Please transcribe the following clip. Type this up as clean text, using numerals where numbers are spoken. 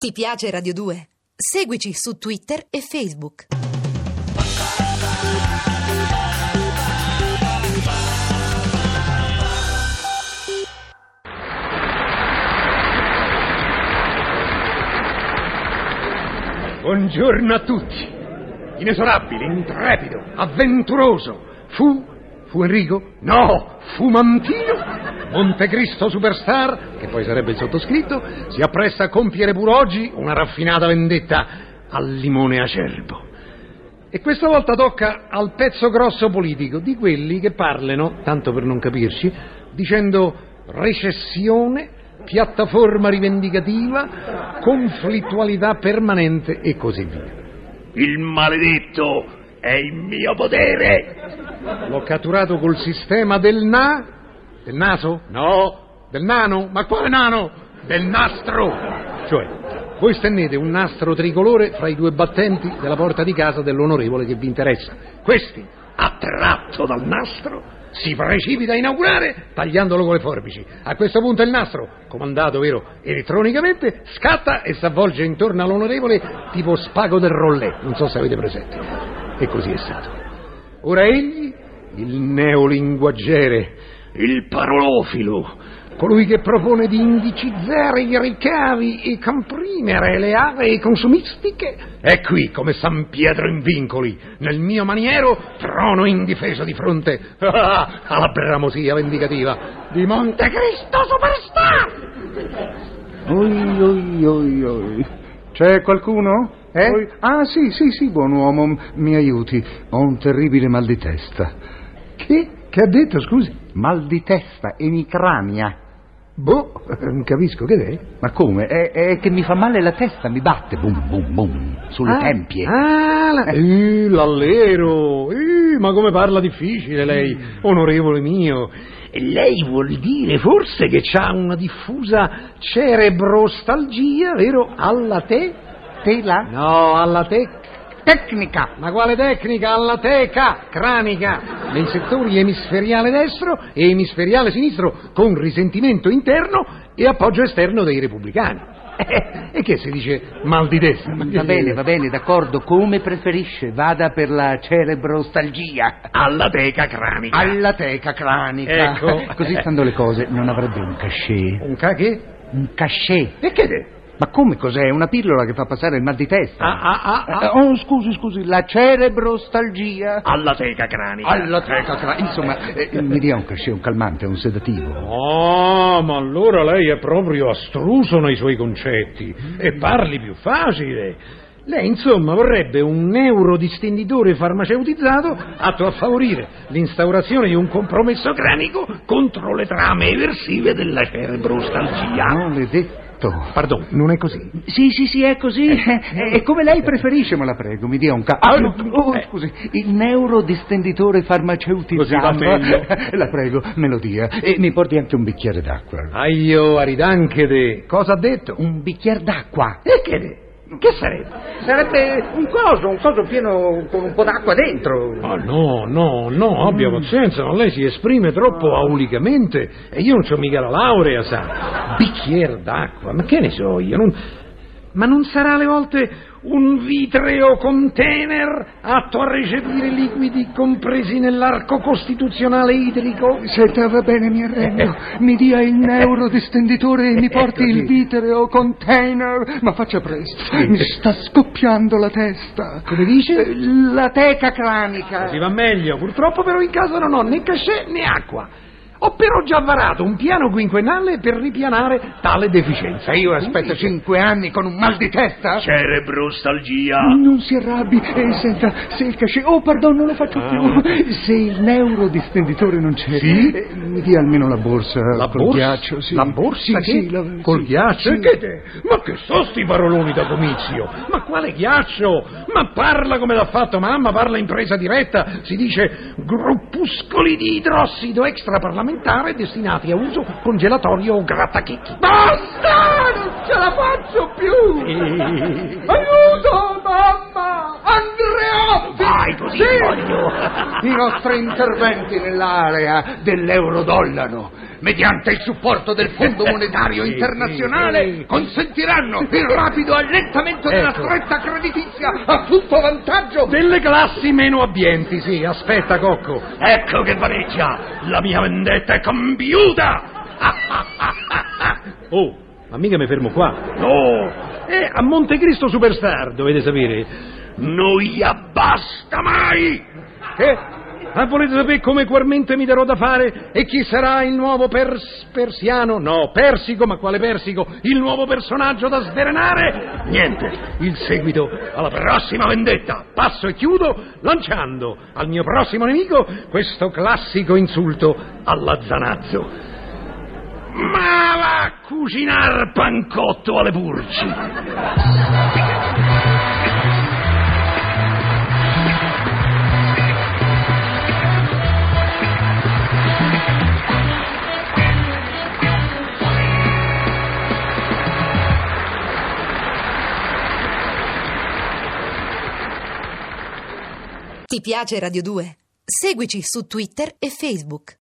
Ti piace Radio 2? Seguici su Twitter e Facebook. Buongiorno a tutti. Inesorabile, intrepido, avventuroso. Fu Enrico? No, fu Mantino. Montecristo Superstar, che poi sarebbe il sottoscritto, si appresta a compiere pure oggi una raffinata vendetta al limone acerbo. E questa volta tocca al pezzo grosso politico, di quelli che parlano, tanto per non capirci, dicendo recessione, piattaforma rivendicativa, conflittualità permanente e così via. Il maledetto è il mio potere! L'ho catturato col sistema del naso? No. Del nano? Ma quale nano? Del nastro! Cioè, voi stennete un nastro tricolore fra i due battenti della porta di casa dell'onorevole che vi interessa. Questi, attratto dal nastro, si precipita a inaugurare tagliandolo con le forbici. A questo punto il nastro, comandato, vero, elettronicamente, scatta e si avvolge intorno all'onorevole tipo spago del rollè. Non so se avete presente. E così è stato. Ora egli, il neolinguaggiere, il parolofilo, colui che propone di indicizzare i ricavi e comprimere le aree consumistiche, è qui come San Pietro in vincoli, nel mio maniero trono indifeso di fronte alla bramosia vendicativa di Montecristo Superstar! Oi. C'è qualcuno? Ah, sì, buon uomo, mi aiuti. Ho un terribile mal di testa. Che ha detto, scusi? Mal di testa, emicrania. Non capisco, che è? Ma come? È che mi fa male la testa, mi batte, bum, sulle tempie. L'allero. Ma come parla difficile lei, onorevole mio. E lei vuol dire forse che c'ha una diffusa cerebrostalgia, vero? Alla Tela? No, alla Tecnica. Ma quale tecnica? Alla teca cranica, nei settori emisferiale destro e emisferiale sinistro, con risentimento interno e appoggio esterno dei repubblicani. E che si dice mal di testa? Va bene, d'accordo, come preferisce, vada per la cerebrostalgia. Alla teca cranica. Ecco. Così stando le cose, non avrebbe un cachet. Un che? Un cachet. E che è? Ma come cos'è? Una pillola che fa passare il mal di testa? Oh, scusi, la cerebrostalgia. Alla teca cranica. Insomma, mi dia un cachet, un calmante, un sedativo. Oh, ma allora lei è proprio astruso nei suoi concetti e parli più facile. Lei, insomma, vorrebbe un neurodistenditore farmaceutizzato atto a favorire l'instaurazione di un compromesso cranico contro le trame eversive della cerebrostalgia. Maledetto. Pardon, non è così? Sì, è così. E come lei preferisce, me la prego, mi dia un scusi, il neurodistenditore farmaceutizzato. Così va meglio. La prego, me lo dia. E mi porti anche un bicchiere d'acqua. Aio, aridanchede. Cosa ha detto? Un bicchiere d'acqua. E che sarebbe? Sarebbe un coso pieno con un po' d'acqua dentro. Ah, no, abbia pazienza, ma lei si esprime troppo aulicamente e io non c'ho mica la laurea, sa. Bicchiere d'acqua, ma che ne so io, ma non sarà alle volte un vitreo container atto a recepire liquidi compresi nell'arco costituzionale idrico? Senta, va bene, mi arrendo. Mi dia il neurodistenditore e mi porti il vitreo container. Ma faccia presto, mi sta scoppiando la testa. Come dice? La teca cranica. Si va meglio, purtroppo però in casa non ho né cachet né acqua. Ho però già varato un piano quinquennale per ripianare tale deficienza. Io aspetto 5 anni con un mal di testa? Cerebrostalgia. Non si arrabbi. Senta, se il cachet... perdono, non lo faccio più. Se il neurodistenditore non c'è... Sì? Mi dia almeno la borsa. La col borsa? Ghiaccio, sì. La borsa? Col ghiaccio? Sì. Ma che so sti paroloni da comizio? Ma quale ghiaccio? Ma parla come l'ha fatto mamma, parla in presa diretta. Si dice gruppuscoli di idrossido extraparlamentare destinati a uso congelatorio o grattachicchi. Basta! Non ce la faccio più! Aiuto, mamma! Andrea! Vai così, voglio! i nostri interventi nell'area dell'euro-dollaro, mediante il supporto del Fondo Monetario Internazionale, consentiranno il rapido allentamento della stretta creditizia a tutto vantaggio delle classi meno abbienti, sì. Aspetta, Cocco. Ecco che vaneggia, la mia vendetta è compiuta! Oh, ma mica mi fermo qua. No, A Montecristo Superstar, dovete sapere. non gli abbasta mai! Che? Ma volete sapere come quarmente mi darò da fare? E chi sarà il nuovo persiano? No, Persico, ma quale Persico? Il nuovo personaggio da svelenare? Niente, il seguito alla prossima vendetta. Passo e chiudo lanciando al mio prossimo nemico questo classico insulto alla Zanazzo. Ma va a cucinar pancotto alle purci! Ti piace Radio 2? Seguici su Twitter e Facebook.